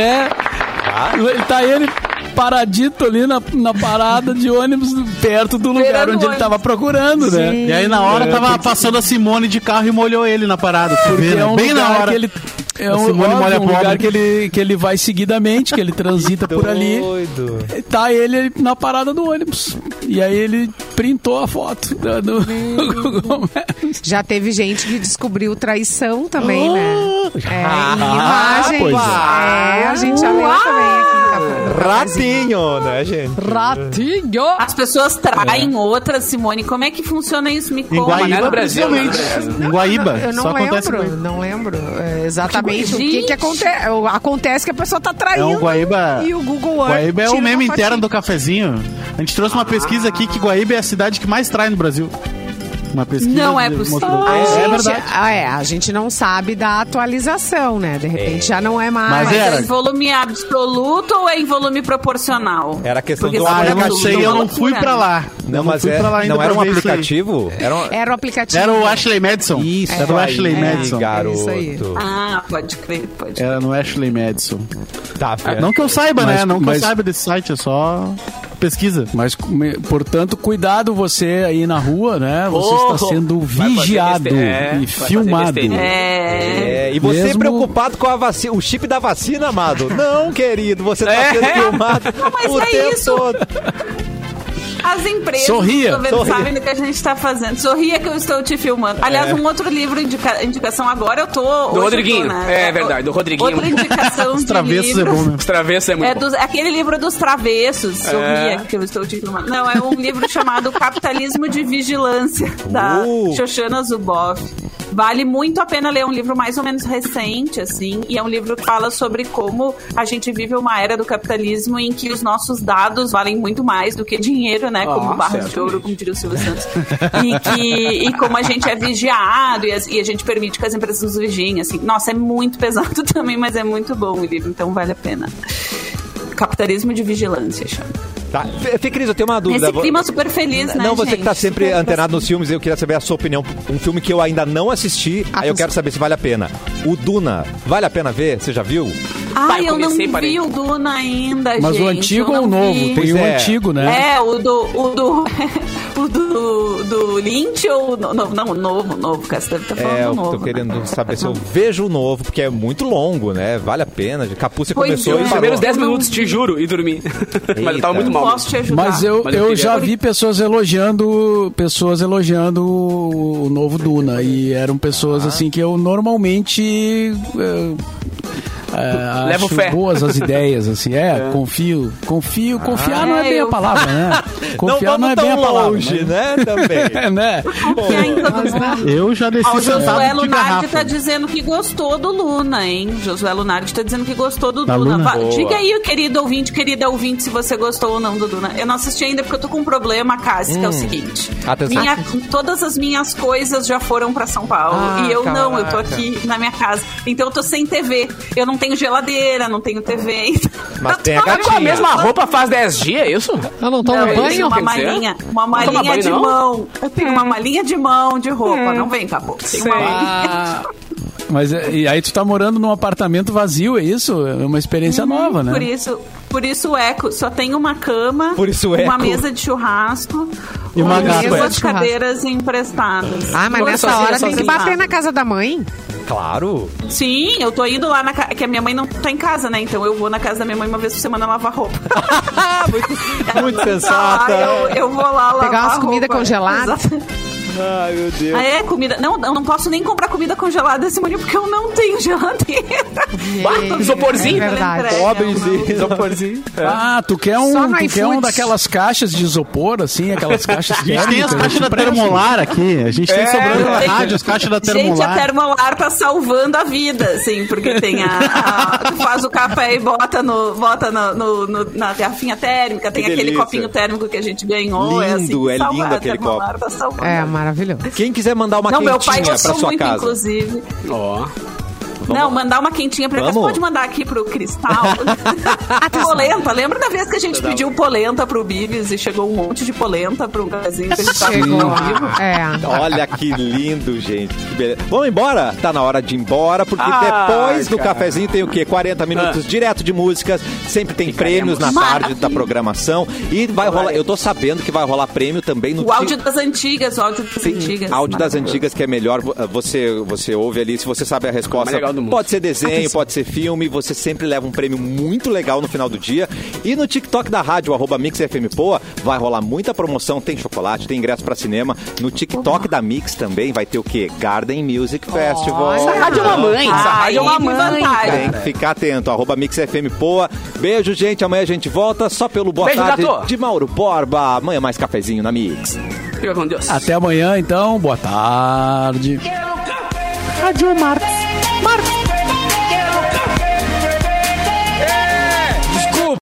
Deus! Ele tá paradito ali na parada de ônibus, perto do lugar onde ele tava procurando, né? E aí na hora tava passando a Simone de carro e molhou ele na parada. Porque é um bem lugar na hora que ele... É um lugar que ele vai seguidamente, que ele transita por ali. Tá ele na parada do ônibus. E aí ele printou a foto do Google Maps. Já teve gente que descobriu traição também, né? Imagens. A gente já leu também aqui. Ratinho, né, gente? Ratinho! As pessoas traem outras, Simone. Como é que funciona isso? Me conta. Em Guaíba, Brasil. Em Guaíba. Eu não lembro exatamente o que acontece. Acontece que a pessoa tá traindo e o Google Earth Guaíba é o meme interno do cafezinho. A gente trouxe uma pesquisa aqui que Guaíba é a cidade que mais trai no Brasil. Uma pesquisa. Não é possível. É verdade. A gente não sabe da atualização, né? De repente já não é mais. Mas é em volume absoluto ou é em volume proporcional? Era a questão do eu não sei, eu não fui pra lá. Não, mas não era um aplicativo? Era um aplicativo. Era o Ashley Madison. Isso, era o Ashley Madison. Garoto. Isso aí. Pode crer. Era no Ashley Madison. Tá, não que eu saiba, né? Não que eu saiba desse site, é só pesquisa. Mas, portanto, cuidado você aí na rua, né? Você está sendo vigiado e filmado. E você preocupado com a vacina, o chip da vacina, amado? Não, querido, você está sendo filmado o tempo todo. As empresas Sorria. sabem do que a gente está fazendo. Sorria que eu estou te filmando. Aliás, um outro livro, indicação agora, eu tô... Do Rodriguinho. É verdade, do Rodriguinho. Outra indicação Os Travessos é bom, né? Os Travessos é muito bom. Aquele livro dos Travessos, Sorria que eu estou te filmando. Não, é um livro chamado Capitalismo de Vigilância, da Shoshana Zuboff. Vale muito a pena ler, um livro mais ou menos recente, assim, e é um livro que fala sobre como a gente vive uma era do capitalismo em que os nossos dados valem muito mais do que dinheiro, né, como barras de ouro, como diria o Silvio Santos, e como a gente é vigiado e a gente permite que as empresas nos vigiem, assim. Nossa, é muito pesado também, mas é muito bom o livro, então vale a pena. Capitalismo de Vigilância, chama. Tá. Fê Cris, eu tenho uma dúvida. Esse clima super feliz, né, Não, você gente? que tá sempre antenado nos filmes, eu queria saber a sua opinião. Um filme que eu ainda não assisti, aí eu quero saber se vale a pena. O Duna, vale a pena ver? Você já viu? eu não vi o Duna ainda, Mas gente. o antigo ou o novo? Tem o antigo, né? O do Lynch ou novo, cara, você deve estar falando do novo. Eu tô querendo saber se eu vejo o novo, porque é muito longo, né? Vale a pena. Capúcia começou os primeiros 10 minutos, te juro, e dormi. Mas eu tava muito mal. Posso te ajudar. Mas eu já vi pessoas elogiando o novo Duna, e eram pessoas assim que eu normalmente levo acho fé. boas as ideias, assim, confio. Confiar não é bem a palavra, né? Confiar não é bem a palavra. Longe, né? Também. Né? Eu já desci o Josué de Lunardi garrafa. tá dizendo que gostou do Luna, hein? Josué Lunardi tá dizendo que gostou do Da Duna. Luna? Diga aí, querida ouvinte, se você gostou ou não do Duna. Eu não assisti ainda porque eu tô com um problema, Cassi, que é o seguinte. Atenção. Todas as minhas coisas já foram pra São Paulo. E eu não, eu tô aqui na minha casa. Então eu tô sem TV. Eu não tenho geladeira, não tenho TV. Mas tem a Tá com a gatinha. mesma roupa faz 10 dias, é isso? Eu não tomo Eu banho? tenho uma malinha banho, de não? mão. Eu tenho uma malinha de mão de roupa. Não vem, Capô. Tem uma malinha. Mas e aí tu tá morando num apartamento vazio, é isso? É uma experiência nova, né? Por isso o eco. Só tem uma cama, Por isso o uma eco. mesa de churrasco E uma gata. duas cadeiras emprestadas. Ah, mas Agora nessa sozinha, hora tem que sozinha. bater na casa da mãe. Claro. Sim, eu tô indo lá na casa. Que a minha mãe não tá em casa, né? Então eu vou na casa da minha mãe uma vez por semana lavar roupa. Muito sensata. Eu vou lá lavar Pegar umas roupa. comidas congeladas. Exato. Ai, meu Deus. Ah, é? Comida. Não, eu não posso nem comprar comida congelada, Simone, porque eu não tenho geladeira. Isoporzinho. É verdade. Pobrezinho. Isoporzinho. Ah, tu quer Só no um iFood. daquelas caixas de isopor, assim, aquelas caixas A gente tem as caixas da Termolar aqui. A gente tem sobrando na rádio as caixas da Termolar. Gente, a Termolar tá salvando a vida, assim, porque tem tu faz o café e bota na garrafinha térmica, tem Que aquele delícia. copinho térmico que a gente ganhou. Lindo, é salva, lindo aquele a Termolar copo. tá salvando. É, maravilhoso. Quem quiser mandar uma Não, quentinha meu pai pra gostou sua muito, casa. inclusive. Ó. Não, mandar uma quentinha pra cá. Você Vamos? pode mandar aqui pro Cristal. Polenta. Lembra da vez que a gente pediu polenta pro Bibis e chegou um monte de polenta pro cafezinho que a gente tava Chegou. ao vivo? Olha que lindo, gente. Que beleza. Vamos embora? Tá na hora de ir embora, porque depois do cafezinho tem o quê? 40 minutos direto de músicas. Sempre tem prêmios na tarde da programação. E vai rolar. Eu tô sabendo que vai rolar prêmio também no O áudio das antigas, Áudio das antigas, que é melhor. Você ouve ali, se você sabe a resposta. legal do mundo. Pode ser desenho, pode ser filme. Você sempre leva um prêmio muito legal no final do dia. E no TikTok da rádio, @MixFMPoa, vai rolar muita promoção. Tem chocolate, tem ingresso pra cinema. No TikTok da Mix também vai ter o quê? Garden Music Festival. Essa rádio é uma mãe. Essa rádio é uma mãe. Tem que ficar atento. @MixFMPoa. Beijo, gente. Amanhã a gente volta só pelo Boa Beijo, Tarde gato. de Mauro Borba. Amanhã mais cafezinho na Mix. Fica com Deus. Até amanhã, então. Boa tarde. Rádio Marcos.